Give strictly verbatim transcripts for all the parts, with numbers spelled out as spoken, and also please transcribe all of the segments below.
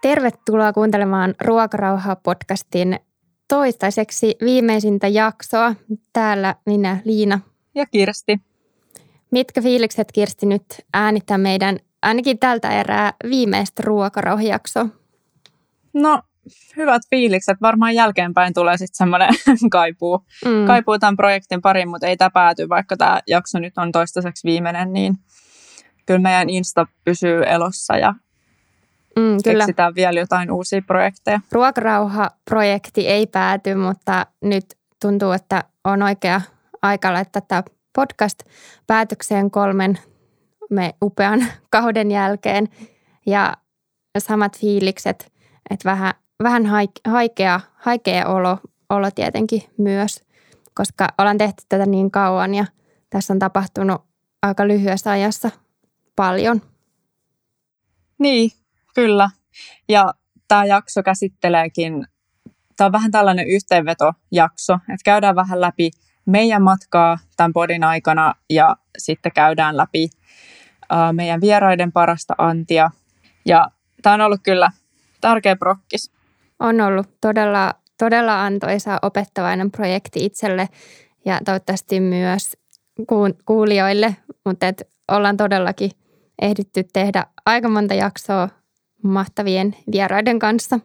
Tervetuloa kuuntelemaan Ruokarauha-podcastin toistaiseksi viimeisintä jaksoa. Täällä minä, Liina. Ja Kirsti. Mitkä fiilikset, Kirsti, nyt äänittää meidän ainakin tältä erää viimeistä Ruokarauha-jaksoa? No, hyvät fiilikset. Varmaan jälkeenpäin tulee sitten semmoinen kaipuu. Mm. Kaipuu tämän projektin pariin, mutta ei tämä pääty, vaikka tämä jakso nyt on toistaiseksi viimeinen, niin kyllä meidän Insta pysyy elossa ja Mm, kyllä. Keksitään vielä jotain uusia projekteja. Ruokarauha-projekti ei pääty, mutta nyt tuntuu, että on oikea aika laittaa tämä podcast päätökseen kolmen me upean kauden jälkeen. Ja samat fiilikset, että vähän, vähän haikea, haikea olo, olo tietenkin myös, koska ollaan tehty tätä niin kauan ja tässä on tapahtunut aika lyhyessä ajassa paljon. Niin. Kyllä. Ja tämä jakso käsitteleekin, tämä on vähän tällainen yhteenvetojakso, että käydään vähän läpi meidän matkaa tämän podin aikana ja sitten käydään läpi uh, meidän vieraiden parasta antia. Ja tämä on ollut kyllä tärkeä prokkis. On ollut todella, todella antoisa opettavainen projekti itselle ja toivottavasti myös kuulijoille, mutta et ollaan todellakin ehditty tehdä aika monta jaksoa mahtavien vieraiden kanssa.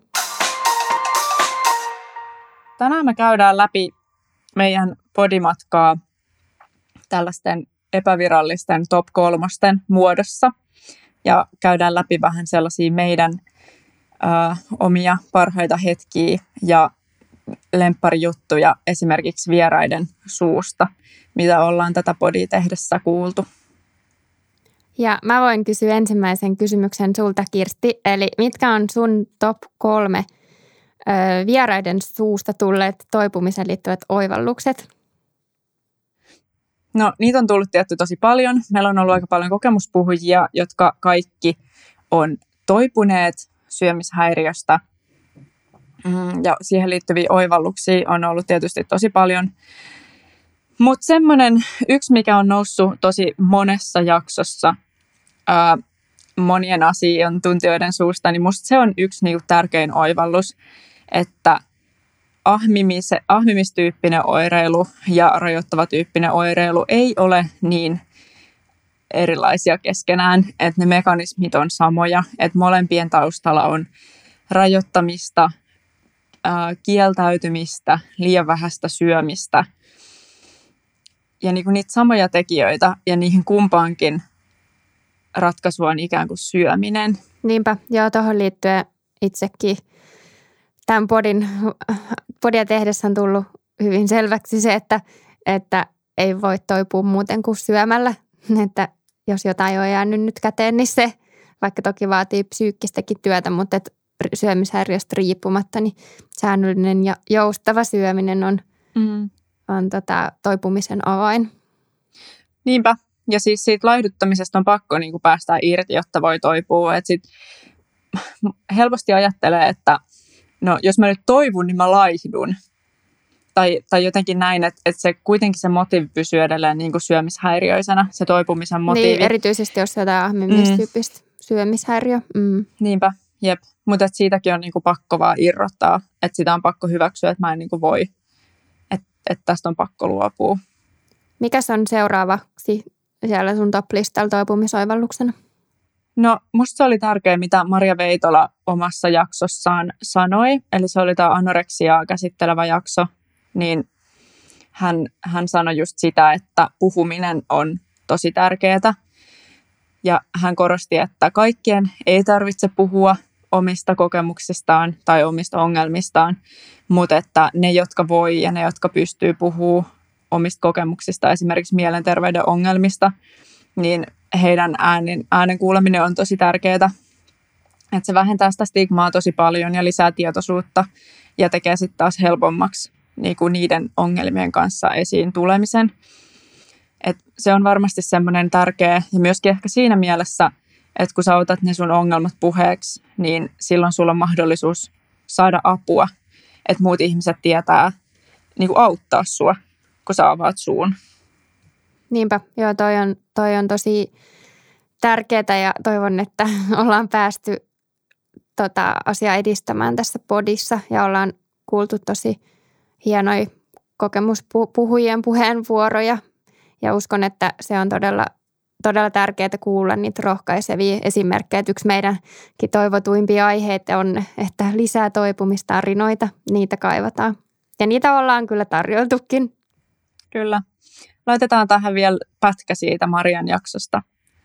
Tänään me käydään läpi meidän podimatkaa tällaisten epävirallisten top kolmosten muodossa. Ja käydään läpi vähän sellaisia meidän ö, omia parhaita hetkiä ja lempparijuttuja esimerkiksi vieraiden suusta, mitä ollaan tätä podia tehdessä kuultu. Ja mä voin kysyä ensimmäisen kysymyksen sulta, Kirsti. Eli mitkä on sun top kolme ö, vieraiden suusta tulleet toipumiseen liittyvät oivallukset? No niitä on tullut tietty tosi paljon. Meillä on ollut aika paljon kokemuspuhujia, jotka kaikki on toipuneet syömishäiriöstä. Ja siihen liittyviä oivalluksia on ollut tietysti tosi paljon. Mutta semmoinen yksi, mikä on noussut tosi monessa jaksossa ää, monien asiantuntijoiden suusta, niin musta se on yksi niinku tärkein oivallus, että ahmimis, ahmimistyyppinen oireilu ja rajoittava tyyppinen oireilu ei ole niin erilaisia keskenään, että ne mekanismit on samoja, että molempien taustalla on rajoittamista, ää, kieltäytymistä, liian vähäistä syömistä, ja niinku niitä samoja tekijöitä ja niihin kumpaankin ratkaisu on ikään kuin syöminen. Niinpä, joo, tuohon liittyen itsekin tämän podin, podia tehdessä on tullut hyvin selväksi se, että, että ei voi toipua muuten kuin syömällä. Että jos jotain on jäänyt nyt käteen, niin se vaikka toki vaatii psyykkistäkin työtä, mutta et syömishäiriöstä riippumatta, niin säännöllinen ja joustava syöminen on mm. on tota toipumisen avain. Niinpä. Ja siis siitä laihduttamisesta on pakko niin kuin päästä irti, jotta voi toipua. Et sit helposti ajattelee, että no, jos mä nyt toivun, niin mä laihdun. Tai, tai jotenkin näin, että, että se kuitenkin se motiivi pysyy edelleen niin kuin syömishäiriöisenä, se toipumisen motiivi. Niin, erityisesti jos jotain ahmimistyyppistä mm. syömishäiriö. Mm. Niinpä, jep. Mutta siitäkin on niin kuin pakko vaan irrottaa, että sitä on pakko hyväksyä, että mä en niin kuin voi. Että tästä on pakko luopua. Mikäs on seuraavaksi siellä sun top-listalla toipumisoivalluksena? No, musta se oli tärkeä, mitä Maria Veitola omassa jaksossaan sanoi. Eli se oli tämä anoreksiaa käsittelevä jakso. Niin hän, hän sanoi just sitä, että puhuminen on tosi tärkeää. Ja hän korosti, että kaikkien ei tarvitse puhua omista kokemuksistaan tai omista ongelmistaan, mutta että ne, jotka voi ja ne, jotka pystyy puhumaan omista kokemuksista, esimerkiksi mielenterveyden ongelmista, niin heidän äänen, äänen kuuleminen on tosi tärkeää. Että se vähentää sitä stigmaa tosi paljon ja lisää tietoisuutta ja tekee sitten taas helpommaksi niin kuin niiden ongelmien kanssa esiin tulemisen. Et se on varmasti semmoinen tärkeä ja myöskin ehkä siinä mielessä, että kun sä otat ne sun ongelmat puheeksi, niin silloin sulla on mahdollisuus saada apua, että muut ihmiset tietää niin kuin auttaa sua, kun sä avaat suun. Niinpä, joo, toi on, toi on tosi tärkeää ja toivon, että ollaan päästy tota, asiaa edistämään tässä podissa ja ollaan kuultu tosi hienoja kokemuspuhujien puheenvuoroja ja uskon, että se on todella, todella tärkeää kuulla niitä rohkaisevia esimerkkejä. Yksi meidänkin toivotuimpia aiheita on, että lisää toipumistarinoita, niitä kaivataan ja niitä ollaan kyllä tarjoltukin. Kyllä. Laitetaan tähän vielä pätkä siitä Marian jaksosta.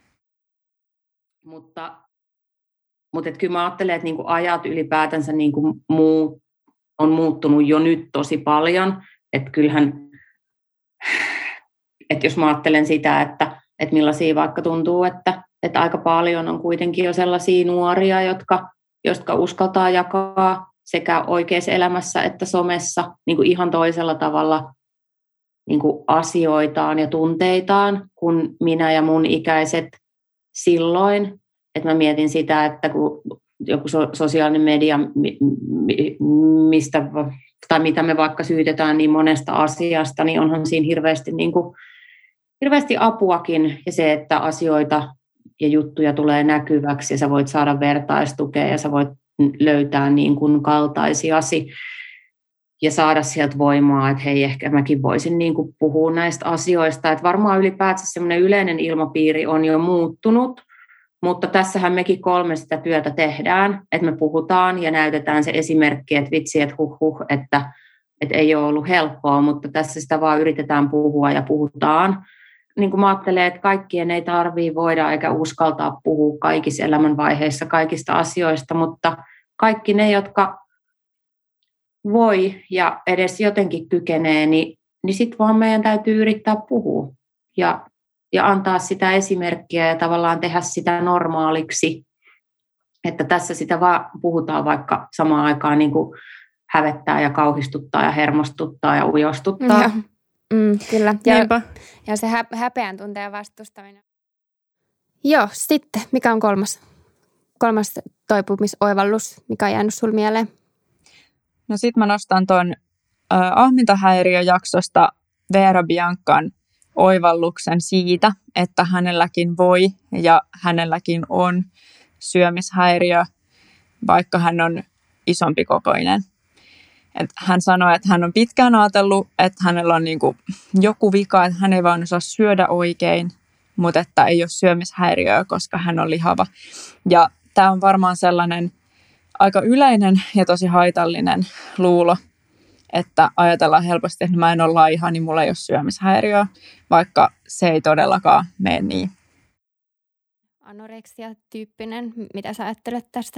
Mutta, mutta et kyllä mä ajattelen, että niinku ajat ylipäätänsä niinku muu, on muuttunut jo nyt tosi paljon. Että kyllähän, että jos mä ajattelen sitä, että, että millaisia vaikka tuntuu, että, että aika paljon on kuitenkin jo sellaisia nuoria, jotka, jotka uskaltaa jakaa sekä oikeassa elämässä että somessa niin kuin ihan toisella tavalla niin kuin asioitaan ja tunteitaan kuin minä ja mun ikäiset silloin. Että mä mietin sitä, että kun joku sosiaalinen media, mistä, tai mitä me vaikka syytetään niin monesta asiasta, niin onhan siinä hirveästi, niin kuin, hirveästi apuakin. Ja se, että asioita ja juttuja tulee näkyväksi ja sä voit saada vertaistukea ja sä voit löytää niin kuin kaltaisiasi ja saada sieltä voimaa, että hei, ehkä mäkin voisin niin kuin puhua näistä asioista. Että varmaan ylipäätään semmoinen yleinen ilmapiiri on jo muuttunut, mutta tässähän mekin kolme sitä työtä tehdään, että me puhutaan ja näytetään se esimerkki, että vitsi, että huh huh, että, että ei ole ollut helppoa, mutta tässä sitä vaan yritetään puhua ja puhutaan. Niin kuin mä ajattelen, että kaikkien ei tarvitse voida eikä uskaltaa puhua kaikissa elämänvaiheissa kaikista asioista, mutta kaikki ne, jotka voi ja edes jotenkin kykenee, niin, niin sitten vaan meidän täytyy yrittää puhua ja, ja antaa sitä esimerkkiä ja tavallaan tehdä sitä normaaliksi, että tässä sitä vaan puhutaan vaikka samaan aikaan niin kuin hävettää ja kauhistuttaa ja hermostuttaa ja ujostuttaa. Ja, mm, kyllä, ja, ja se hä- häpeän tunteen vastustaminen. Joo, sitten mikä on kolmas, kolmas toipumisoivallus, mikä on jäänyt sulle mieleen? No sit mä nostan ton äh, ahmintahäiriöjaksosta Veera Biancan oivalluksen siitä, että hänelläkin voi ja hänelläkin on syömishäiriö, vaikka hän on isompi kokoinen. Et hän sanoi, että hän on pitkään ajatellut, että hänellä on niinku joku vika, että hän ei vaan osaa syödä oikein, mutta että ei ole syömishäiriöä, koska hän on lihava. Ja tämä on varmaan sellainen aika yleinen ja tosi haitallinen luulo, että ajatellaan helposti, että mä en ole laiha, niin mulla ei ole syömishäiriöä, vaikka se ei todellakaan mene niin. Anoreksia-tyyppinen, mitä sä ajattelet tästä?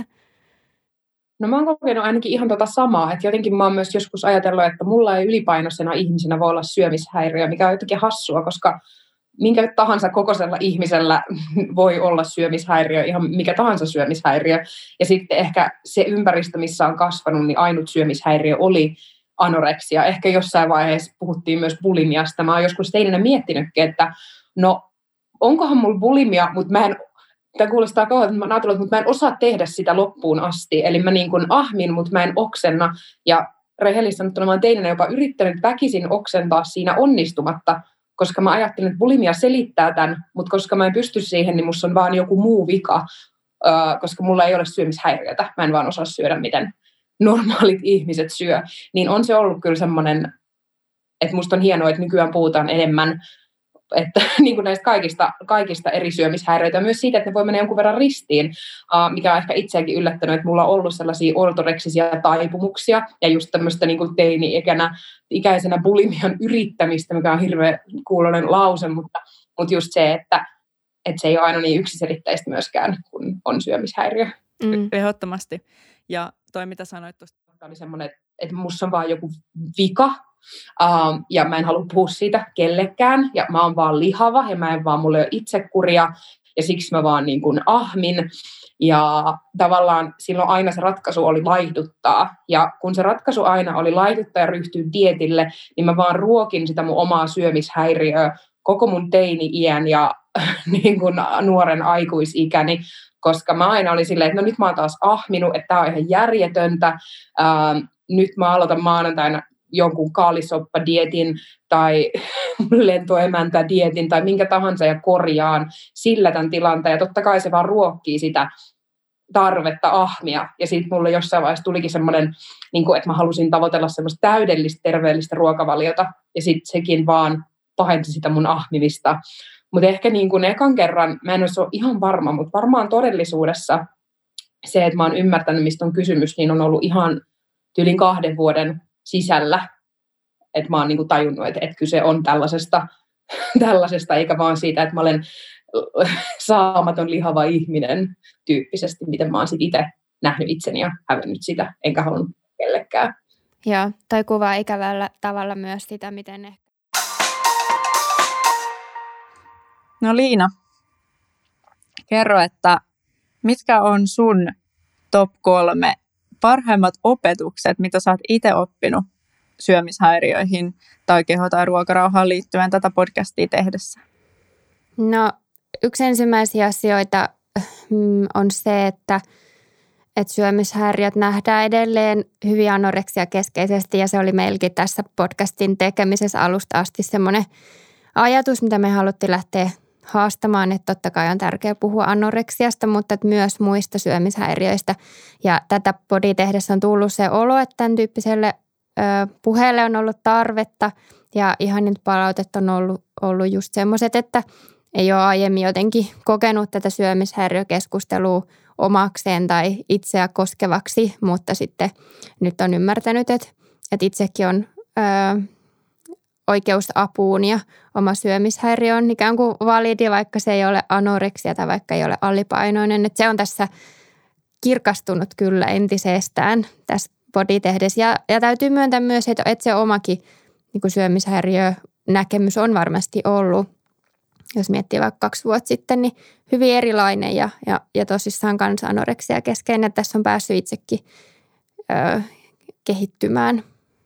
No mä oon kokenut ainakin ihan tota samaa, että jotenkin mä oon myös joskus ajatellut, että mulla ei ylipainoisena ihmisenä voi olla syömishäiriö, mikä on jotenkin hassua, koska minkä tahansa kokoisella ihmisellä voi olla syömishäiriö, ihan mikä tahansa syömishäiriö. Ja sitten ehkä se ympäristö, missä on kasvanut, niin ainut syömishäiriö oli anoreksia. Ehkä jossain vaiheessa puhuttiin myös bulimiasta. Mä oon joskus teinenä miettinytkin, että no onkohan mulla bulimia, mutta mä en, tämä kuulostaa kauan, että mä ajattelin, että mä en osaa tehdä sitä loppuun asti. Eli mä niin kuin ahmin, mutta mä en oksenna. Ja rehellisesti sanottuna mä oon teinenä jopa yrittänyt väkisin oksentaa siinä onnistumatta, koska mä ajattelin, että bulimia selittää tämän, mutta koska mä en pysty siihen, niin musta on vaan joku muu vika, koska mulla ei ole syömishäiriötä. Mä en vaan osaa syödä, miten normaalit ihmiset syö. Niin on se ollut kyllä semmoinen, että musta on hienoa, että nykyään puhutaan enemmän että, niin kuin näistä kaikista, kaikista eri syömishäiriöitä. Myös siitä, että ne voi mennä jonkun verran ristiin, mikä on ehkä itseäkin yllättänyt, että mulla on ollut sellaisia ortoreksisia taipumuksia ja just tämmöistä niin kuin teini-ikäisenä ikäisenä bulimian yrittämistä, mikä on hirveän kuuloinen lause, mutta, mutta just se, että, että se ei ole aina niin yksiselitteistä myöskään, kun on syömishäiriö. Mm. Ehdottomasti. Ja toi, mitä sanoit tuosta. Tämä oli semmoinen, että musta on vaan joku vika, Uh, ja mä en halua puhua siitä kellekään, ja mä oon vaan lihava, ja mä en vaan, mulla ei ole itsekuria, ja siksi mä vaan niin kuin ahmin, ja tavallaan silloin aina se ratkaisu oli laihduttaa, ja kun se ratkaisu aina oli laihduttaa ja ryhtyä dietille, niin mä vaan ruokin sitä mun omaa syömishäiriöä koko mun teini-iän ja niin kuin nuoren aikuisikäni, koska mä aina olin silleen, että no nyt mä oon taas ahminut, että tää on ihan järjetöntä, uh, nyt mä aloitan maanantaina jonkun kaalisoppadietin tai lentoemäntädietin tai minkä tahansa ja korjaan sillä tämän tilanteen. Ja totta kai se vaan ruokkii sitä tarvetta ahmia. Ja sitten mulle jossain vaiheessa tulikin semmoinen, niin kuin, että mä halusin tavoitella semmoista täydellistä terveellistä ruokavaliota. Ja sitten sekin vaan pahensi sitä mun ahmimista. Mutta ehkä niin kuin ekan kerran, mä en ole ihan varma, mutta varmaan todellisuudessa se, että mä oon ymmärtänyt, mistä on kysymys, niin on ollut ihan tyylin kahden vuoden sisällä. Että mä oon niin kuin tajunnut, että, että kyse on tällaisesta, tällaisesta, eikä vaan siitä, että mä olen saamaton lihava ihminen tyyppisesti, miten mä oon sit itse nähnyt itseni ja hävennyt sitä, enkä halunnut kellekään. Joo, toi kuvaa ikävällä tavalla myös sitä, miten ehkä. No Liina, kerro, että mitkä on sun top kolme parhaimmat opetukset, mitä sä oot itse oppinut syömishäiriöihin tai keho- tai ruokarauhaan liittyen tätä podcastia tehdessä? No yksi ensimmäisiä asioita mm, on se, että, että syömishäiriöt nähdään edelleen hyvin anoreksia keskeisesti ja se oli meilläkin tässä podcastin tekemisessä alusta asti semmoinen ajatus, mitä me haluttiin lähteä haastamaan, että totta kai on tärkeää puhua anoreksiasta, mutta että myös muista syömishäiriöistä. Ja tätä podia tehdessä on tullut se olo, että tämän tyyppiselle ö, puheelle on ollut tarvetta ja ihan nyt palautet on ollut, ollut just semmoiset, että ei ole aiemmin jotenkin kokenut tätä syömishäiriökeskustelua omakseen tai itseä koskevaksi, mutta sitten nyt on ymmärtänyt, että, että itsekin on ö, oikeus apuun ja oma syömishäiriö on ikään kuin validi, vaikka se ei ole anoreksia tai vaikka ei ole alipainoinen. Että se on tässä kirkastunut kyllä entisestään tässä body tehdessä. Ja, ja täytyy myöntää myös, että, että se omakin niin kuin syömishäiriönäkemys on varmasti ollut, jos miettii vaikka kaksi vuotta sitten, niin hyvin erilainen ja, ja, ja tosissaan kanssa anoreksia keskeinen. Tässä on päässyt itsekin ö, kehittymään.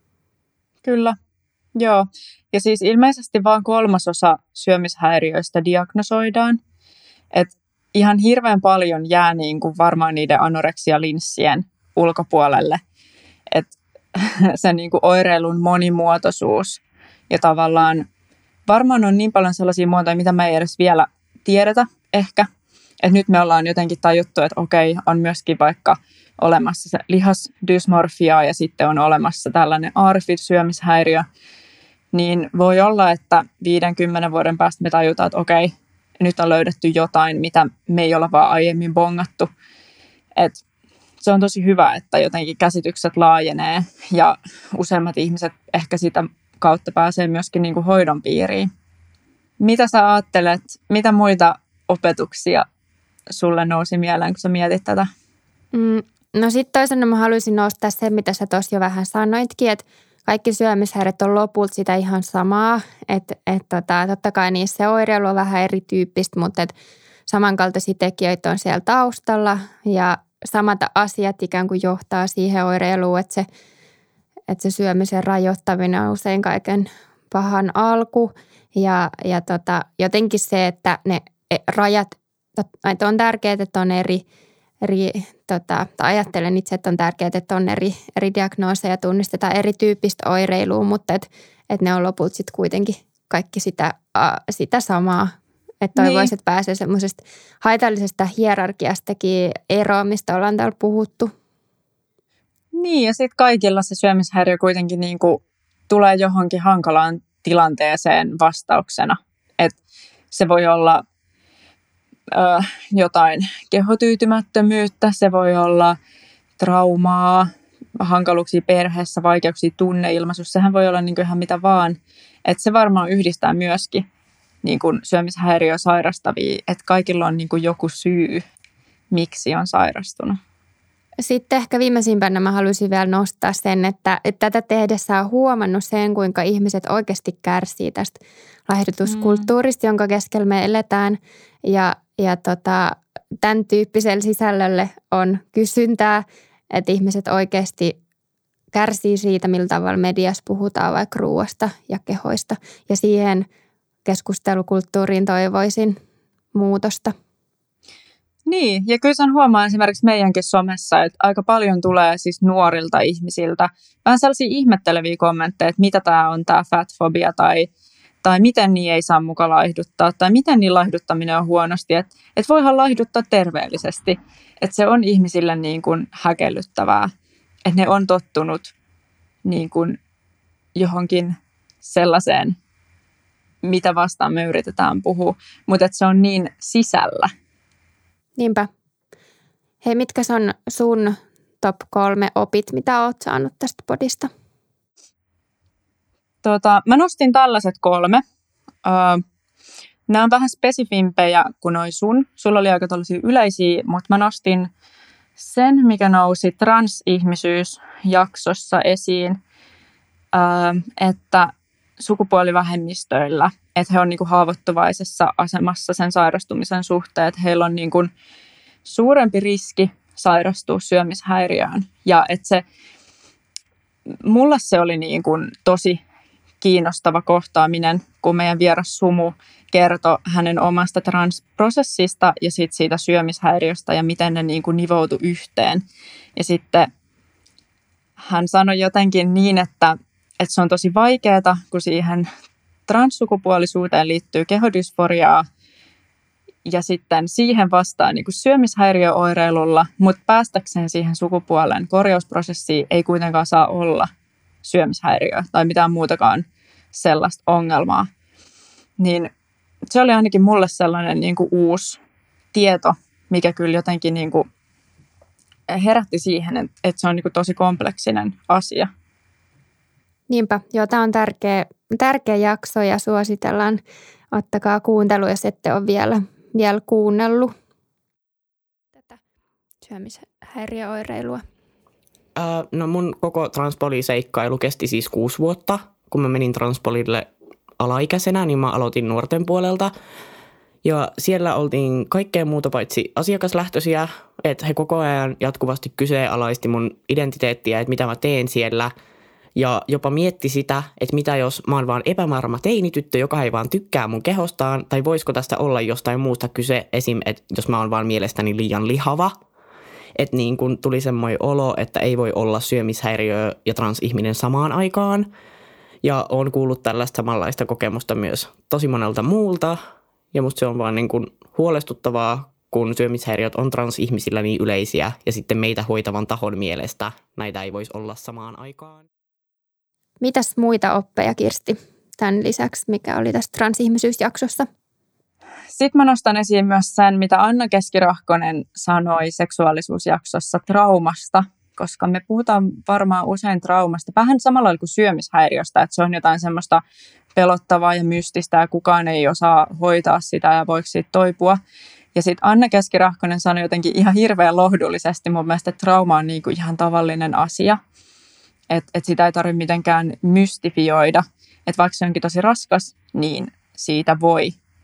Kyllä. Joo, ja siis ilmeisesti vain kolmasosa syömishäiriöistä diagnosoidaan, että ihan hirveän paljon jää niin kuin varmaan niiden anoreksia-linssien ulkopuolelle, että se niin kuin oireilun monimuotoisuus ja tavallaan varmaan on niin paljon sellaisia muotoja, mitä me ei edes vielä tiedetä ehkä, että nyt me ollaan jotenkin tajuttu, että okei, on myöskin vaikka olemassa se lihasdysmorfia ja sitten on olemassa tällainen A R F I-syömishäiriö, niin voi olla, että viidenkymmenen vuoden päästä me tajutaan, että okei, nyt on löydetty jotain, mitä me ei olla vaan aiemmin bongattu. Et se on tosi hyvä, että jotenkin käsitykset laajenee ja useimmat ihmiset ehkä sitä kautta pääsee myöskin niin kuin hoidon piiriin. Mitä sä ajattelet, mitä muita opetuksia sulle nousi mieleen, kun sä mietit tätä? Mm, no sitten toisaalta mä haluaisin nostaa sen, mitä sä tuossa jo vähän sanoitkin, että kaikki syömishäiriöt on lopulta sitä ihan samaa, että et tota, totta kai niissä se oireilu on vähän erityyppistä, mutta et samankaltaisia tekijöitä on siellä taustalla ja samat asiat ikään kuin johtaa siihen oireiluun, että se, että se syömisen rajoittaminen on usein kaiken pahan alku ja, ja tota, jotenkin se, että ne rajat, että on tärkeää, että on eri Eri, tota, tai ajattelen itse, että on tärkeää, että on eri, eri diagnooseja, tunnistetaan erityyppistä oireilua, mutta et, et ne on lopulta sitten kuitenkin kaikki sitä, äh, sitä samaa. Että toivoisin, niin. Että pääsee semmoisesta haitallisesta hierarkiastakin eroon, mistä ollaan täällä puhuttu. Niin, ja sitten kaikilla se syömishäiriö kuitenkin niinku tulee johonkin hankalaan tilanteeseen vastauksena. Että se voi olla Ö, jotain kehotyytymättömyyttä, se voi olla traumaa, hankaluuksia perheessä, vaikeuksia tunneilmaisuus, sehän voi olla niin kuin ihan mitä vaan. Että se varmaan yhdistää myöskin niin kuin syömishäiriöä sairastavia, että kaikilla on niin kuin joku syy, miksi on sairastunut. Sitten ehkä viimeisimpänä mä haluaisin vielä nostaa sen, että, että tätä tehdessä on huomannut sen, kuinka ihmiset oikeasti kärsii tästä laihdutuskulttuurista, mm. jonka keskellä me eletään. Ja, ja tota, tämän tyyppiselle sisällölle on kysyntää, että ihmiset oikeasti kärsii siitä, millä tavalla mediassa puhutaan vaikka ruuasta ja kehoista. Ja siihen keskustelukulttuuriin toivoisin muutosta. Niin, ja kyllä sen huomaa esimerkiksi meidänkin somessa, että aika paljon tulee siis nuorilta ihmisiltä vähän sellaisia ihmetteleviä kommentteja, että mitä tämä on tämä fatfobia tai, tai miten niin ei saa muka laihduttaa, tai miten niin laihduttaminen on huonosti. Että et voihan laihduttaa terveellisesti. Että se on ihmisille niin kuin häkellyttävää. Että ne on tottunut niin kuin johonkin sellaiseen, mitä vastaan me yritetään puhua. Mutta että se on niin sisällä. Niinpä. Hei, mitkä on sun top kolme opit, mitä oot saanut tästä podista? Tota, mä nostin tällaiset kolme. Öö, nämä on vähän spesifimpejä kuin noi sun. Sulla oli aika tällaisia yleisiä, mutta mä nostin sen, mikä nousi transihmisyysjaksossa esiin, öö, että sukupuolivähemmistöillä, että he on niinku haavoittuvaisessa asemassa sen sairastumisen suhteen, että heillä on niinku suurempi riski sairastua syömishäiriöön. Ja että se, mulle se oli niinku tosi kiinnostava kohtaaminen, kun meidän vieras Sumu kertoi hänen omasta transprosessista ja sit siitä syömishäiriöstä ja miten ne niinku nivoutui yhteen. Ja sitten hän sanoi jotenkin niin, että, että se on tosi vaikeaa, kun siihen transsukupuolisuuteen liittyy kehodysforiaa ja sitten siihen vastaan niin kuin syömishäiriöoireilulla, mutta päästäkseen siihen sukupuolen korjausprosessiin ei kuitenkaan saa olla syömishäiriöä tai mitään muutakaan sellaista ongelmaa. Niin se oli ainakin mulle sellainen niin kuin uusi tieto, mikä kyllä jotenkin niin kuin herätti siihen, että, että se on niin kuin tosi kompleksinen asia. Niinpä, joo, tämä on tärkeä, tärkeä jakso ja suositellaan, ottakaa kuuntelu, jos ette ole vielä, vielä kuunnellut tätä syömishäiriöoireilua. Öö, no mun koko transpoliseikkailu kesti siis kuusi vuotta. Kun mä menin transpolille alaikäisenä, niin mä aloitin nuorten puolelta. Ja siellä oltiin kaikkea muuta paitsi asiakaslähtöisiä, että he koko ajan jatkuvasti kyseenalaisti mun identiteettiä, että mitä mä teen siellä. Ja jopa mietti sitä, että mitä jos mä oon vaan epävarma teinityttö, joka ei vaan tykkää mun kehostaan, tai voisiko tästä olla jostain muusta kyse, esim. Että jos mä oon vaan mielestäni liian lihava. Että niin kun tuli semmoinen olo, että ei voi olla syömishäiriö ja transihminen samaan aikaan. Ja oon kuullut tällaista samanlaista kokemusta myös tosi monelta muulta. Ja musta se on vaan niin kun huolestuttavaa, kun syömishäiriöt on transihmisillä niin yleisiä. Ja sitten meitä hoitavan tahon mielestä näitä ei voisi olla samaan aikaan. Mitäs muita oppeja, Kirsti, tämän lisäksi, mikä oli tässä transihmisyysjaksossa? Sitten mä nostan esiin myös sen, mitä Anna Keskirahkonen sanoi seksuaalisuusjaksossa traumasta, koska me puhutaan varmaan usein traumasta, vähän samalla lailla kuin syömishäiriöstä, että se on jotain semmoista pelottavaa ja mystistä ja kukaan ei osaa hoitaa sitä ja voiko siitä toipua. Ja sitten Anna Keskirahkonen sanoi jotenkin ihan hirveän lohdullisesti mun mielestä, että trauma on niinku ihan tavallinen asia, että et sitä ei tarvitse mitenkään mystifioida, että vaikka se onkin tosi raskas, niin siitä voi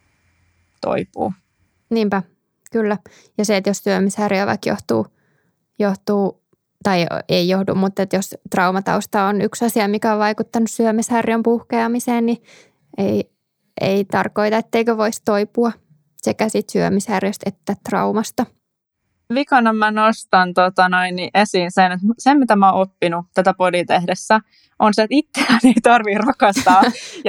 toipuu. Niinpä, kyllä. Ja se, että jos syömishäiriö vaikka johtuu, johtuu, tai ei johdu, mutta että jos traumatausta on yksi asia, mikä on vaikuttanut syömishäiriön puhkeamiseen, niin ei, ei tarkoita, etteikö voisi toipua sekä sit syömishäiriöstä että traumasta. Vikana mä nostan tota noin, niin esiin sen, että sen mitä mä oon oppinut tätä podia tehdessä, on se, että itseään ei tarvitse rakastaa.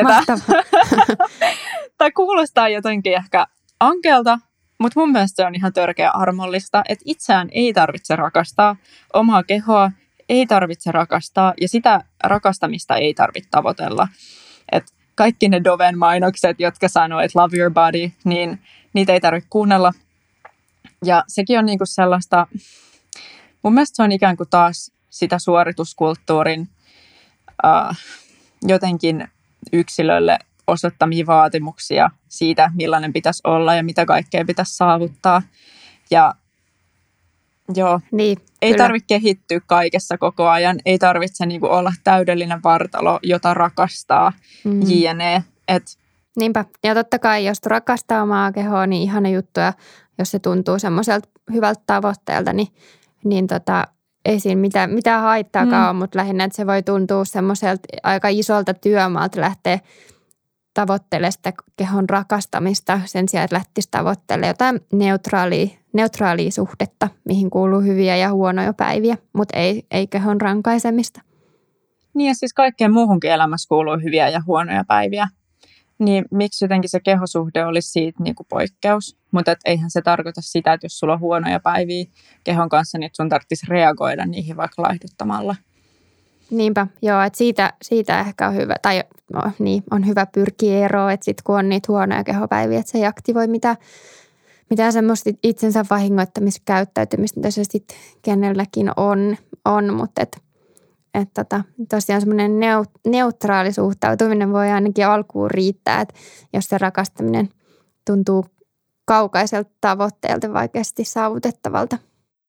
Tai kuulostaa jotenkin ehkä ankeelta, mutta mun mielestä se on ihan törkeä armollista, että itseään ei tarvitse rakastaa, omaa kehoa ei tarvitse rakastaa ja sitä rakastamista ei tarvitse tavoitella. Et kaikki ne Doven mainokset, jotka sanoo, että love your body, niin niitä ei tarvitse kuunnella. Ja sekin on niinku sellaista, mun mielestä se on ikään kuin taas sitä suorituskulttuurin äh, jotenkin yksilölle osoittamia vaatimuksia siitä, millainen pitäisi olla ja mitä kaikkea pitäisi saavuttaa. Ja joo, niin, ei tarvitse kehittyä kaikessa koko ajan, ei tarvitse niinku olla täydellinen vartalo, jota rakastaa, mm. jne. Et, Niinpä, ja totta kai jos rakastaa omaa kehoa, niin ihana juttu, ja jos se tuntuu semmoiselta hyvältä tavoitteelta, niin, niin tota, ei siinä mitään, mitään haittaakaan mm. ole, mutta lähinnä, että se voi tuntua semmoiselta aika isolta työmaalta lähteä tavoittelemaan sitä kehon rakastamista sen sijaan, että lähtisi tavoittelemaan jotain neutraalia, neutraalia suhdetta, mihin kuuluu hyviä ja huonoja päiviä, mutta ei, ei kehon rankaisemista. Niin ja siis kaikkeen muuhunkin elämässä kuuluu hyviä ja huonoja päiviä. Niin miksi jotenkin se kehosuhde olisi siitä niin kuin poikkeus? Mutta eihän se tarkoita sitä, että jos sulla on huonoja päiviä kehon kanssa, niin sun tarvitsisi reagoida niihin vaikka laihduttamalla. Niinpä, joo, että siitä, siitä ehkä on hyvä, tai no, niin, on hyvä pyrkiä eroon, että sitten kun on niitä huonoja kehopäiviä, että se ei aktivoi mitä, mitä semmoista itsensä vahingoittamiskäyttäytymistä, mitä se sitten kenelläkin on, on mutta et, et tota, tosiaan semmoinen neut, neutraali suhtautuminen voi ainakin alkuun riittää, että jos se rakastaminen tuntuu kaukaiselta tavoitteelta vaikeasti saavutettavalta.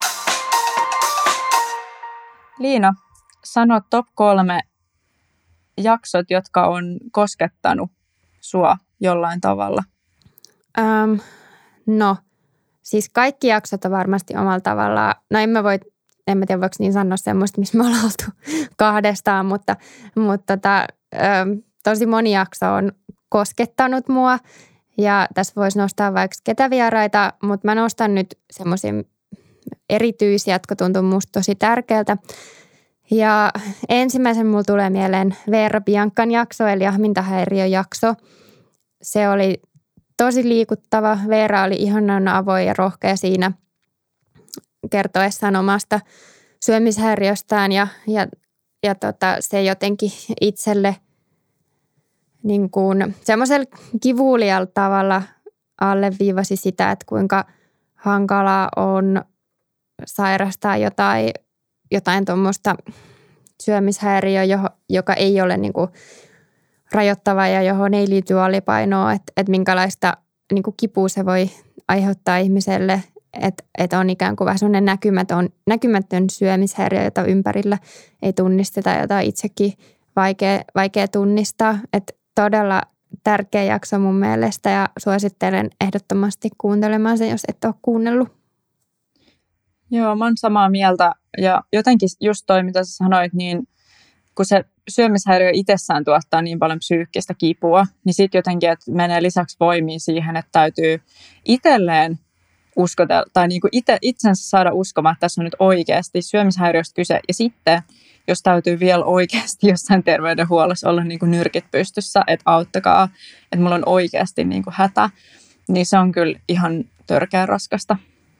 Liina, sano top kolme jaksot, jotka on koskettanut sua jollain tavalla. Um, no, siis kaikki jaksot on varmasti omalla tavallaan. No en mä voi, en mä tiedä voiko niin sanoa semmoista, missä me ollaan oltu kahdestaan, mutta, mutta tota, um, tosi moni jakso on koskettanut mua. Ja tässä voisi nostaa vaikka ketä vieraita, mutta mä nostan nyt semmoisia erityisiä, jotka tuntuu musta tosi tärkeältä. Ja ensimmäisen mulla tulee mieleen Veera Biancan jakso, eli ahmintahäiriöjakso. Se oli tosi liikuttava. Veera oli ihanan avoin ja rohkea siinä kertoessaan omasta syömishäiriöstään ja, ja, ja tota, se jotenkin itselle niin kuin semmoisella kivulialla tavalla alleviivasi sitä, että kuinka hankalaa on sairastaa jotain, jotain tuommoista syömishäiriöä, joka ei ole niin kuin rajoittava ja johon ei liity alipainoa, että, että minkälaista niin kuin kipua se voi aiheuttaa ihmiselle, että, että on ikään kuin vähän sellainen näkymätön, näkymätön syömishäiriö, jota ympärillä ei tunnisteta, jota itsekin vaikea, vaikea tunnistaa. Että todella tärkeä jakso mun mielestä ja suosittelen ehdottomasti kuuntelemaan sen, jos et ole kuunnellut. Joo, mä oon samaa mieltä ja jotenkin just toi, mitä sä sanoit, niin kun se syömishäiriö itsessään tuottaa niin paljon psyykkistä kipua, niin sitten jotenkin, että menee lisäksi voimiin siihen, että täytyy itselleen uskotella, tai niinku ite, itsensä saada uskomaan, että tässä on nyt oikeasti syömishäiriöstä kyse. Ja sitten, jos täytyy vielä oikeasti jossain terveydenhuollossa olla niinku nyrkit pystyssä, että auttakaa, että mulla on oikeasti niinku hätä, niin se on kyllä ihan törkeä raskasta.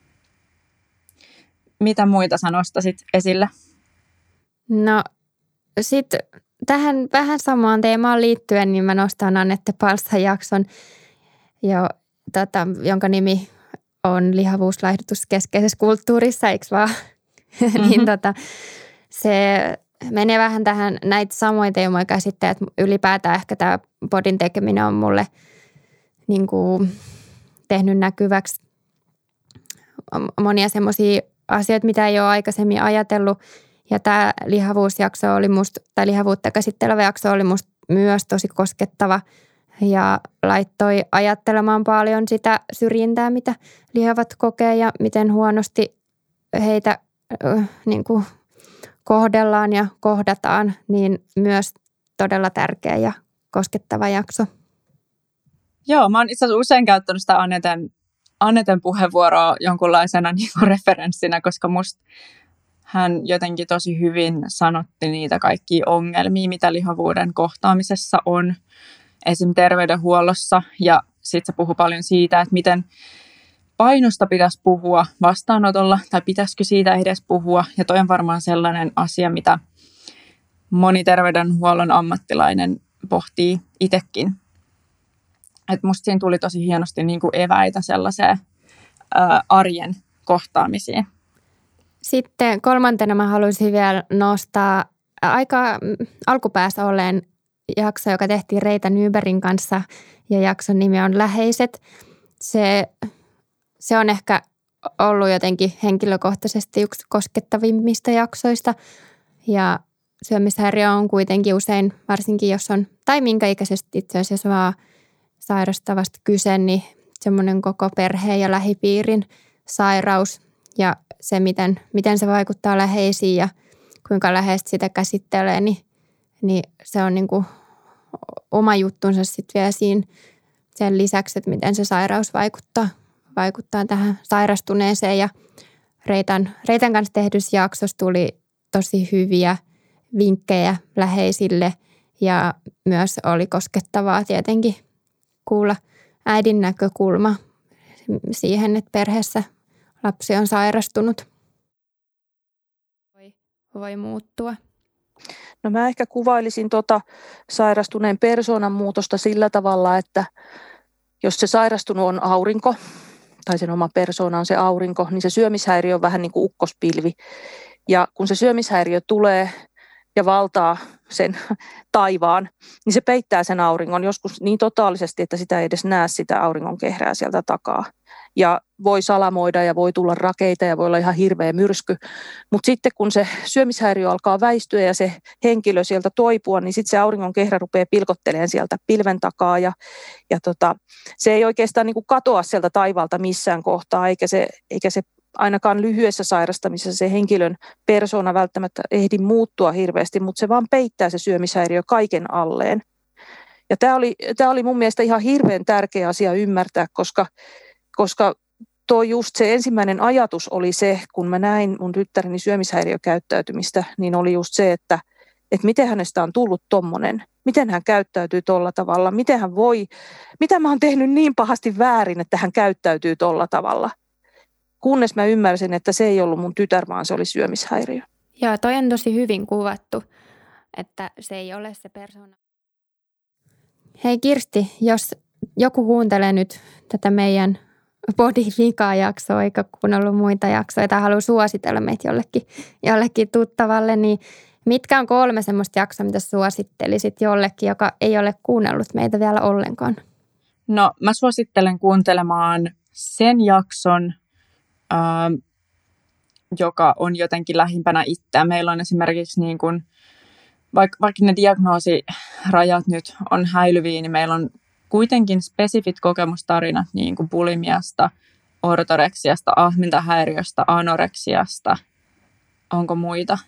Mitä muita sä nostasit esille? No sitten tähän vähän samaan teemaan liittyen, niin mä nostan Annette Palsan jakson, jo, tota, jonka nimi on lihavuuslaihdutus keskeisessä kulttuurissa, eikö vaan? Mm-hmm. niin tota, se menee vähän tähän näitä samoja teemoja käsittää, että ylipäätään ehkä tämä bodin tekeminen on mulle niin kuin tehnyt näkyväksi monia semmoisia asioita, mitä ei ole aikaisemmin ajatellut. Ja tämä lihavuusjakso oli musta, tai lihavuutta käsittelevä jakso oli musta myös tosi koskettava ja laittoi ajattelemaan paljon sitä syrjintää, mitä lihavat kokee ja miten huonosti heitä äh, niin kuin kohdellaan ja kohdataan, niin myös todella tärkeä ja koskettava jakso. Joo, mä oon itse asiassa usein käyttänyt sitä Anneten, Anneten puheenvuoroa jonkunlaisena niin kuin referenssinä, koska musta hän jotenkin tosi hyvin sanotti niitä kaikkia ongelmia, mitä lihavuuden kohtaamisessa on, esim. Terveydenhuollossa. Ja sitten se puhui paljon siitä, että miten painosta pitäisi puhua vastaanotolla, tai pitäisikö siitä edes puhua. Ja toi on varmaan sellainen asia, mitä moni terveydenhuollon ammattilainen pohtii itsekin. Että musta siinä tuli tosi hienosti niin kuin eväitä sellaiseen ää, arjen kohtaamisiin. Sitten kolmantena mä haluaisin vielä nostaa aika alkupäässä olleen jakso, joka tehtiin Reetta Nybergin kanssa ja jakson nimi on Läheiset. Se, se on ehkä ollut jotenkin henkilökohtaisesti yksi koskettavimmista jaksoista ja syömishäiriö on kuitenkin usein, varsinkin jos on, tai minkä ikäisesti itse asiassa vaan sairastavasta kyse, niin semmoinen koko perheen ja lähipiirin sairaus ja se, miten, miten se vaikuttaa läheisiin ja kuinka läheisesti sitä käsittelee, niin, niin se on niin kuin oma juttunsa sitten vielä siinä sen lisäksi, että miten se sairaus vaikuttaa, vaikuttaa tähän sairastuneeseen. Ja Reitan, Reitan kanssa tehdyssä jaksossa tuli tosi hyviä vinkkejä läheisille ja myös oli koskettavaa tietenkin kuulla äidin näkökulma siihen, että perheessä lapsi on sairastunut. Voi, voi muuttua. No mä ehkä kuvailisin tuota sairastuneen persoonan muutosta sillä tavalla, että jos se sairastunut on aurinko, tai sen oma persoona on se aurinko, niin se syömishäiriö on vähän niin kuin ukkospilvi. Ja kun se syömishäiriö tulee ja valtaa sen taivaan, niin se peittää sen auringon joskus niin totaalisesti, että sitä ei edes näe sitä auringon kehrää sieltä takaa. Ja voi salamoida ja voi tulla rakeita ja voi olla ihan hirveä myrsky. Mutta sitten kun se syömishäiriö alkaa väistyä ja se henkilö sieltä toipua, niin sitten se auringon kehrä rupeaa pilkottelemaan sieltä pilven takaa. Ja, ja tota, se ei oikeastaan niin kuin katoa sieltä taivaalta missään kohtaa, eikä se, eikä se ainakaan lyhyessä sairastamisessa se henkilön persoona välttämättä ehdi muuttua hirveästi, mutta se vaan peittää se syömishäiriö kaiken alleen. Ja tämä oli, tämä oli mun mielestä ihan hirveän tärkeä asia ymmärtää, koska Koska tuo just se ensimmäinen ajatus oli se, kun mä näin mun tyttäreni syömishäiriökäyttäytymistä, niin oli just se, että, että miten hänestä on tullut tommonen, miten hän käyttäytyy tolla tavalla, miten hän voi, mitä mä oon tehnyt niin pahasti väärin, että hän käyttäytyy tolla tavalla. Kunnes mä ymmärsin, että se ei ollut mun tytär, vaan se oli syömishäiriö. Joo, toi on tosi hyvin kuvattu, että se ei ole se persoona. Hei Kirsti, jos joku kuuntelee nyt tätä meidän Body Vika-jaksoa, eikä kuunnellut muita jaksoja tai haluaa suositella meitä jollekin, jollekin tuttavalle, niin mitkä on kolme semmoista jaksoa, mitä suosittelisit jollekin, joka ei ole kuunnellut meitä vielä ollenkaan? No mä suosittelen kuuntelemaan sen jakson, äh, joka on jotenkin lähimpänä itseä. Meillä on esimerkiksi niin kuin, vaikka, vaikka ne diagnoosirajat nyt on häilyviä, niin meillä on kuitenkin spesifit kokemustarinat niin kuin bulimiasta, ortoreksiasta, ahmintahäiriöstä, anoreksiasta. Onko muita?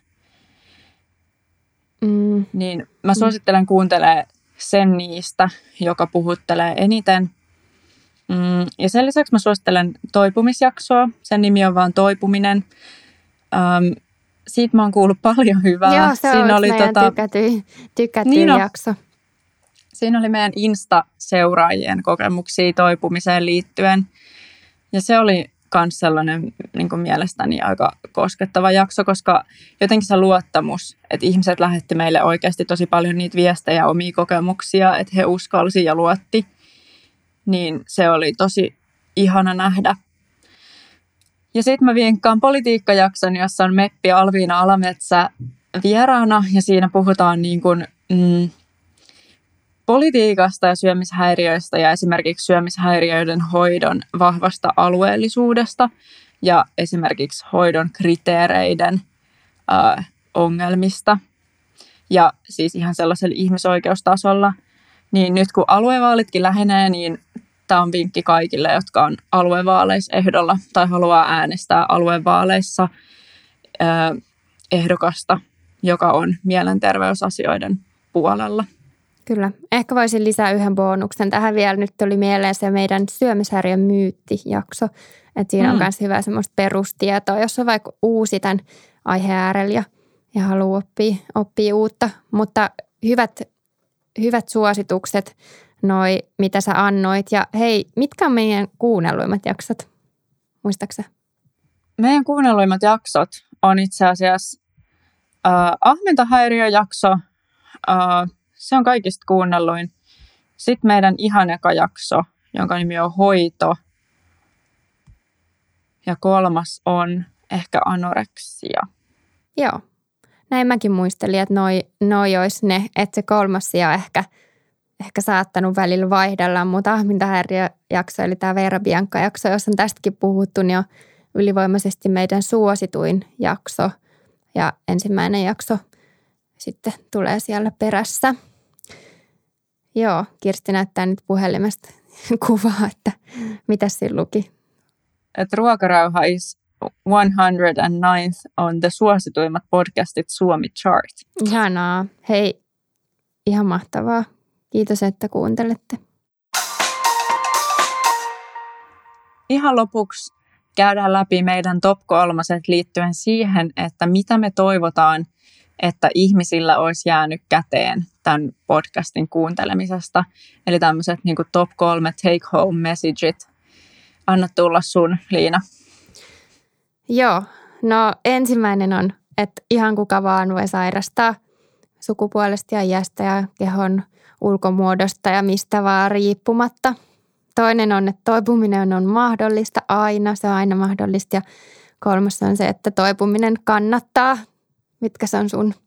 Mm. Niin mä suosittelen kuuntelemaan sen niistä, joka puhuttelee eniten. Mm, ja sen lisäksi mä suosittelen toipumisjaksoa. Sen nimi on vaan Toipuminen. Ähm, siitä mä oon kuullut paljon hyvää. Joo, se Siinä on oli meidän tota, tykätyin, tykätyin niin jakso. Siinä oli meidän Insta-seuraajien kokemuksia toipumiseen liittyen. Ja se oli myös sellainen niin kuin mielestäni aika koskettava jakso, koska jotenkin se luottamus, että ihmiset lähetti meille oikeasti tosi paljon niitä viestejä, omia kokemuksia, että he uskalsi ja luotti, niin se oli tosi ihana nähdä. Ja sitten mä vinkkaan politiikkajakson, jossa on Meppi Alviina Alametsä vieraana, ja siinä puhutaan niin kuin, mm, politiikasta ja syömishäiriöistä ja esimerkiksi syömishäiriöiden hoidon vahvasta alueellisuudesta ja esimerkiksi hoidon kriteereiden äh, ongelmista. Ja siis ihan sellaisella ihmisoikeustasolla. Niin nyt kun aluevaalitkin lähenee, niin tämä on vinkki kaikille, jotka on aluevaaleissa ehdolla tai haluaa äänestää aluevaaleissa äh, ehdokasta, joka on mielenterveysasioiden puolella. Kyllä. Ehkä voisin lisää yhden bonuksen. Tähän vielä nyt tuli mieleen se meidän syömishäiriön myytti-jakso. Että siinä mm. on myös hyvä semmoista perustietoa, jos on vaikka uusi tämän aiheen äärellä ja, ja haluaa oppia, oppia uutta. Mutta hyvät, hyvät suositukset, noi, mitä sä annoit. Ja hei, mitkä on meidän kuunnelluimmat jaksot? Muistaaksä? Meidän kuunnelluimmat jaksot on itse asiassa äh, ahmentahäiriöjakso. Äh, Se on kaikista kuunnelluin. Sitten meidän ihan eka jakso, jonka nimi on Hoito. Ja kolmas on ehkä anoreksia. Joo. Näin mäkin muistelin, että noi, noi olisi ne, että se kolmas sija ehkä, ehkä saattanut välillä vaihdella. Mutta ahmintahäiriöjakso, eli tämä Veera Bianca-jakso, jossa on tästäkin puhuttu, niin on ylivoimaisesti meidän suosituin jakso. Ja ensimmäinen jakso sitten tulee siellä perässä. Joo, Kirsti näyttää nyt puhelimesta kuvaa, että mitä siinä luki. Että Ruokarauha is one hundred ninth on the suosituimmat podcastit Suomi Chart. Ihanaa. Hei, ihan mahtavaa. Kiitos, että kuuntelette. Ihan lopuksi käydään läpi meidän top kolmaset liittyen siihen, että mitä me toivotaan, että ihmisillä olisi jäänyt käteen tämän podcastin kuuntelemisesta. Eli tämmöiset niin kuin top kolme take home messageit. Anna tulla sun, Liina. Joo, no ensimmäinen on, että ihan kuka vaan voi sairastaa sukupuolesta ja iästä ja kehon ulkomuodosta ja mistä vaan riippumatta. Toinen on, että toipuminen on mahdollista aina, se on aina mahdollista. Ja kolmas on se, että toipuminen kannattaa. Mitkä se on sun?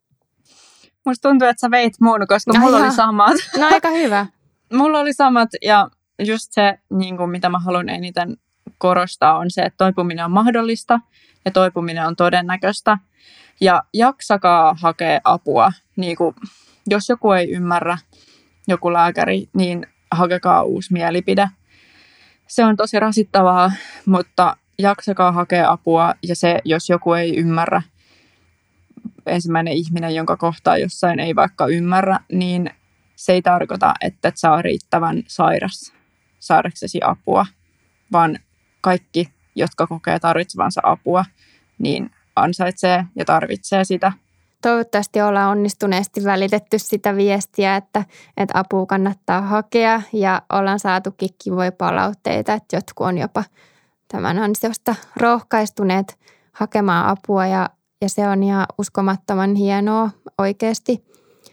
Musta tuntuu, että sä veit mun, koska mulla Ai oli samat. No aika hyvä. Mulla oli samat ja just se, niin kuin mitä mä haluan eniten korostaa, on se, että toipuminen on mahdollista ja toipuminen on todennäköistä. Ja jaksakaa hakea apua. Niin kuin, jos joku ei ymmärrä, joku lääkäri, niin hakekaa uusi mielipide. Se on tosi rasittavaa, mutta jaksakaa hakea apua. Ja se, jos joku ei ymmärrä, ensimmäinen ihminen, jonka kohtaa jossain ei vaikka ymmärrä, niin se ei tarkoita, että et saa riittävän sairas saadaksesi apua, vaan kaikki, jotka kokee tarvitsevansa apua, niin ansaitsee ja tarvitsee sitä. Toivottavasti ollaan onnistuneesti välitetty sitä viestiä, että, että apua kannattaa hakea ja ollaan saatukin kivoja palautteita, että jotkut on jopa tämän ansiosta rohkaistuneet hakemaan apua ja, ja se on ihan uskomattoman hienoa oikeasti.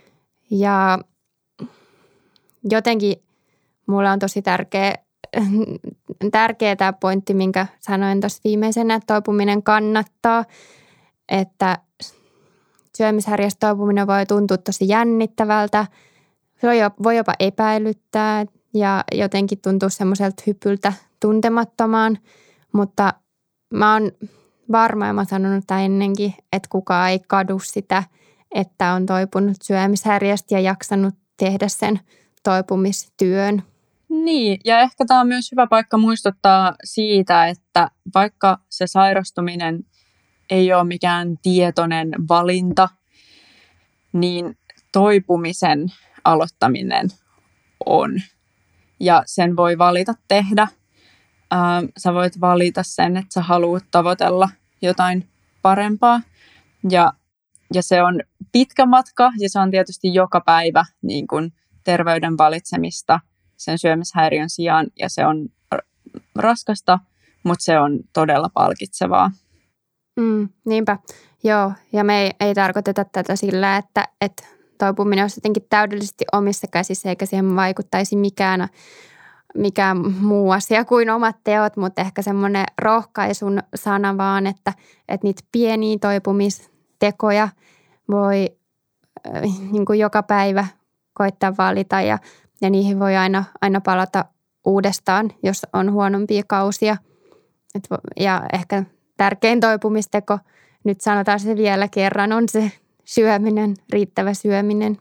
Ja jotenkin mulla on tosi tärkeä, tärkeä tämä pointti, minkä sanoin tuossa viimeisenä, että toipuminen kannattaa, että syömishäiriöstä toipuminen voi tuntua tosi jännittävältä, se voi jopa epäilyttää ja jotenkin tuntuu semmoiselta hypyltä tuntemattomaan, mutta mä oon varma ja mä oon sanonut tämän ennenkin, että kukaan ei kadu sitä, että on toipunut syömishäiriöstä ja jaksanut tehdä sen toipumistyön. Niin, ja ehkä tämä on myös hyvä paikka muistuttaa siitä, että vaikka se sairastuminen ei ole mikään tietoinen valinta, niin toipumisen aloittaminen on. Ja sen voi valita tehdä. Ää, sä voit valita sen, että sä haluat tavoitella jotain parempaa. Ja, ja se on pitkä matka ja se on tietysti joka päivä niin kuin terveyden valitsemista sen syömishäiriön sijaan. Ja se on raskasta, mutta se on todella palkitsevaa. Mm, niinpä, joo. Ja me ei, ei tarkoiteta tätä sillä, että, että toipuminen olisi jotenkin täydellisesti omissa käsissä, eikä siihen vaikuttaisi mikään, mikään muu asia kuin omat teot, mutta ehkä semmoinen rohkaisun sana vaan, että, että niitä pieniä toipumistekoja voi äh, niin kuin joka päivä koittaa valita ja, ja niihin voi aina, aina palata uudestaan, jos on huonompia kausia. Et, ja ehkä tärkein toipumisteko, nyt sanotaan se vielä kerran, on se syöminen, riittävä syöminen.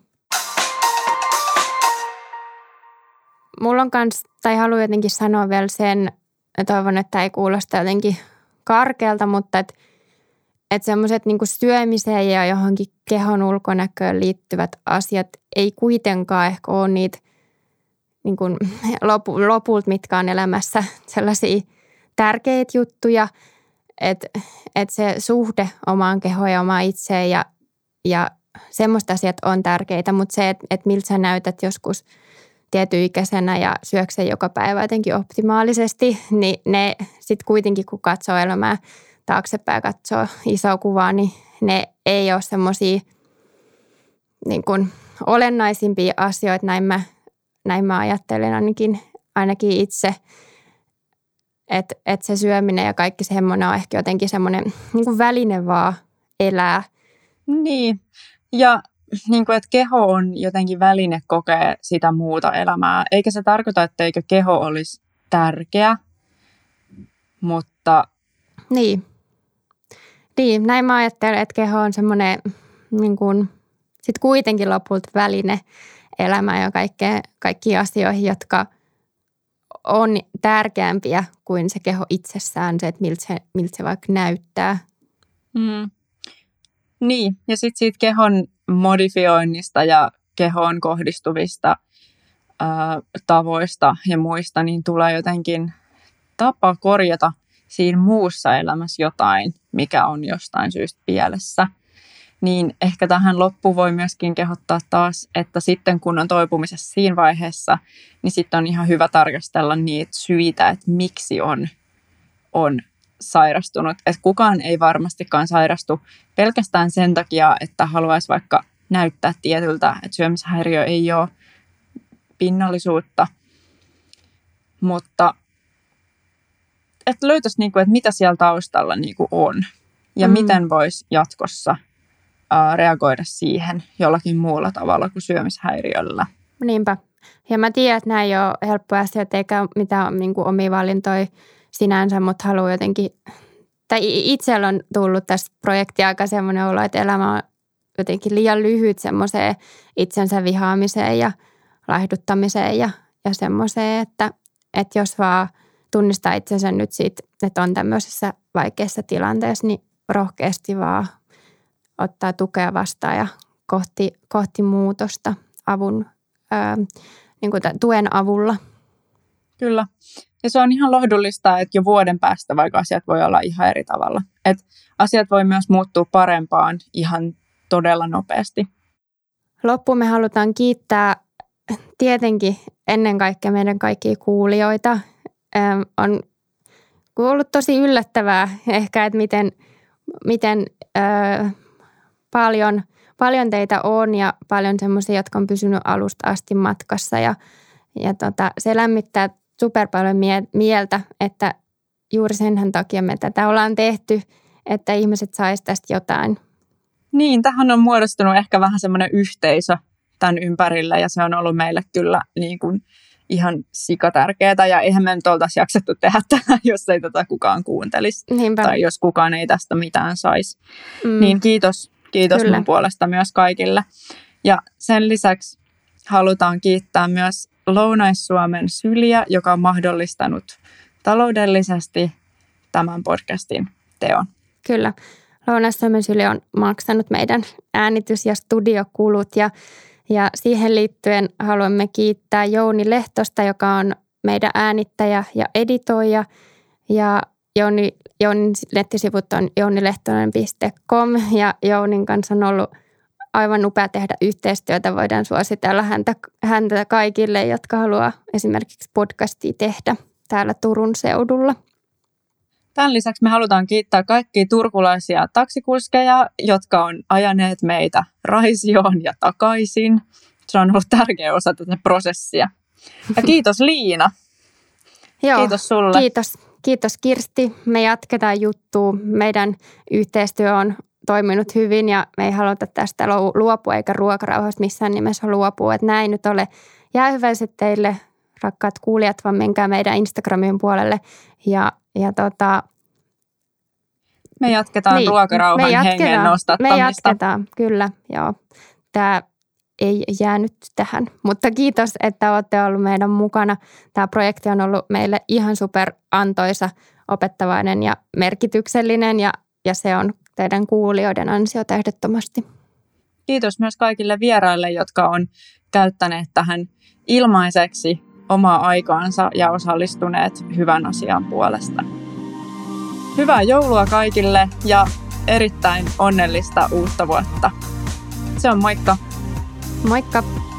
Mulla on kans, tai haluan jotenkin sanoa vielä sen, ja toivon, että ei kuulosta jotenkin karkealta, mutta että et semmoiset niinku syömiseen ja johonkin kehon ulkonäköön liittyvät asiat ei kuitenkaan ehkä ole niitä niinku lopu, lopulta, mitkä on elämässä sellaisia tärkeitä juttuja, että et se suhde omaan kehoon ja omaan itseen ja, ja semmoista asiat on tärkeitä, mutta se, että et miltä sä näytät joskus tietyikäisenä ja syöksä joka päivä jotenkin optimaalisesti, niin ne sitten kuitenkin, kun katsoo elämää taaksepäin ja katsoo isoa kuvaa, niin ne ei ole semmoisia niin kuin olennaisimpia asioita, näin mä, näin mä ajattelen ainakin, ainakin itse. Että et se syöminen ja kaikki semmoinen on ehkä jotenkin semmoinen niin kuin väline vaan elää. Niin, ja niin kuin, että keho on jotenkin väline kokea sitä muuta elämää. Eikä se tarkoita, etteikö keho olisi tärkeä, mutta... Niin, niin näin mä ajattelen, että keho on semmoinen niin kuin, sit kuitenkin lopulta väline elämään ja kaikkeen, kaikkiin asioihin, jotka on tärkeämpiä kuin se keho itsessään, se, että miltä se, miltä se vaikka näyttää. Mm. Niin, ja sitten siitä kehon modifioinnista ja kehoon kohdistuvista ää, tavoista ja muista, niin tulee jotenkin tapa korjata siinä muussa elämässä jotain, mikä on jostain syystä pielessä. Niin ehkä tähän loppuun voi myöskin kehottaa taas, että sitten kun on toipumisessa siinä vaiheessa, niin sitten on ihan hyvä tarkastella niitä syitä, että miksi on, on sairastunut. Että kukaan ei varmastikaan sairastu pelkästään sen takia, että haluaisi vaikka näyttää tietyltä, että syömishäiriö ei ole pinnallisuutta, mutta että löytäisi, niinku, että mitä siellä taustalla niinku on ja mm. miten voisi jatkossa ää, reagoida siihen jollakin muulla tavalla kuin syömishäiriöllä. Niinpä. Ja mä tiedän, että nämä ei ole helppoja asioita eikä mitään niinku omia valintoja sinänsä, mutta haluan jotenkin, tai itsellä on tullut tästä projektia aika semmoinen olo, että elämä on jotenkin liian lyhyt semmoiseen itsensä vihaamiseen ja laihduttamiseen ja, ja semmoiseen, että, että jos vaan tunnistaa itsensä nyt siitä, että on tämmöisessä vaikeassa tilanteessa, niin rohkeasti vaan ottaa tukea vastaan ja kohti, kohti muutosta avun, ää, niin kuin tuen avulla. Kyllä. Ja se on ihan lohdullista, että jo vuoden päästä vaikka asiat voi olla ihan eri tavalla. Että asiat voi myös muuttua parempaan ihan todella nopeasti. Loppuun me halutaan kiittää tietenkin ennen kaikkea meidän kaikkia kuulijoita. Ähm, on ollut tosi yllättävää ehkä, että miten, miten äh, paljon, paljon teitä on ja paljon semmoisia, jotka on pysynyt alusta asti matkassa. Ja, ja tota, se lämmittää super paljon mie- mieltä, että juuri senhän takia me tätä ollaan tehty, että ihmiset saisi tästä jotain. Niin, tähän on muodostunut ehkä vähän semmoinen yhteisö tämän ympärillä ja se on ollut meille kyllä niin kuin ihan sikatärkeää ja eihän me nyt oltaisi jaksettu tehdä tätä, jos ei tätä kukaan kuuntelisi. Niinpä. Tai jos kukaan ei tästä mitään saisi. Mm. Niin kiitos, kiitos mun puolesta myös kaikille. Ja sen lisäksi halutaan kiittää myös Lounais-Suomen Syliä, joka on mahdollistanut taloudellisesti tämän podcastin teon. Kyllä. Lounais-Suomen Syli on maksanut meidän äänitys- ja studiokulut ja, ja siihen liittyen haluamme kiittää Jouni Lehtosta, joka on meidän äänittäjä ja editoija. Ja Jouni, Jounin nettisivut on jounilehtonen piste com ja Jounin kanssa on ollut aivan upea tehdä yhteistyötä. Voidaan suositella häntä, häntä kaikille, jotka haluaa esimerkiksi podcastia tehdä täällä Turun seudulla. Tämän lisäksi me halutaan kiittää kaikkia turkulaisia taksikuskeja, jotka on ajaneet meitä Raisioon ja takaisin. Se on ollut tärkeä osa tätä prosessia. Ja kiitos Liina. Joo, kiitos sulle. Kiitos, kiitos Kirsti. Me jatketaan juttua. Meidän yhteistyö on toiminut hyvin ja me ei haluta tästä luopua eikä ruokarauhasta missään nimessä luopua. Että näin nyt ole jäähyväiset teille, rakkaat kuulijat, vaan menkää meidän Instagramin puolelle ja Ja tota, me jatketaan niin, ruokarauhan me jatketaan, hengen nostattamista. Me jatketaan, kyllä. Joo. Tämä ei jäänyt tähän, mutta kiitos, että olette ollut meidän mukana. Tämä projekti on ollut meille ihan super antoisa, opettavainen ja merkityksellinen ja, ja se on teidän kuulijoiden ansiota ehdottomasti. Kiitos myös kaikille vieraille, jotka on käyttäneet tähän ilmaiseksi omaa aikaansa ja osallistuneet hyvän asian puolesta. Hyvää joulua kaikille ja erittäin onnellista uutta vuotta. Se on moikka! Moikka!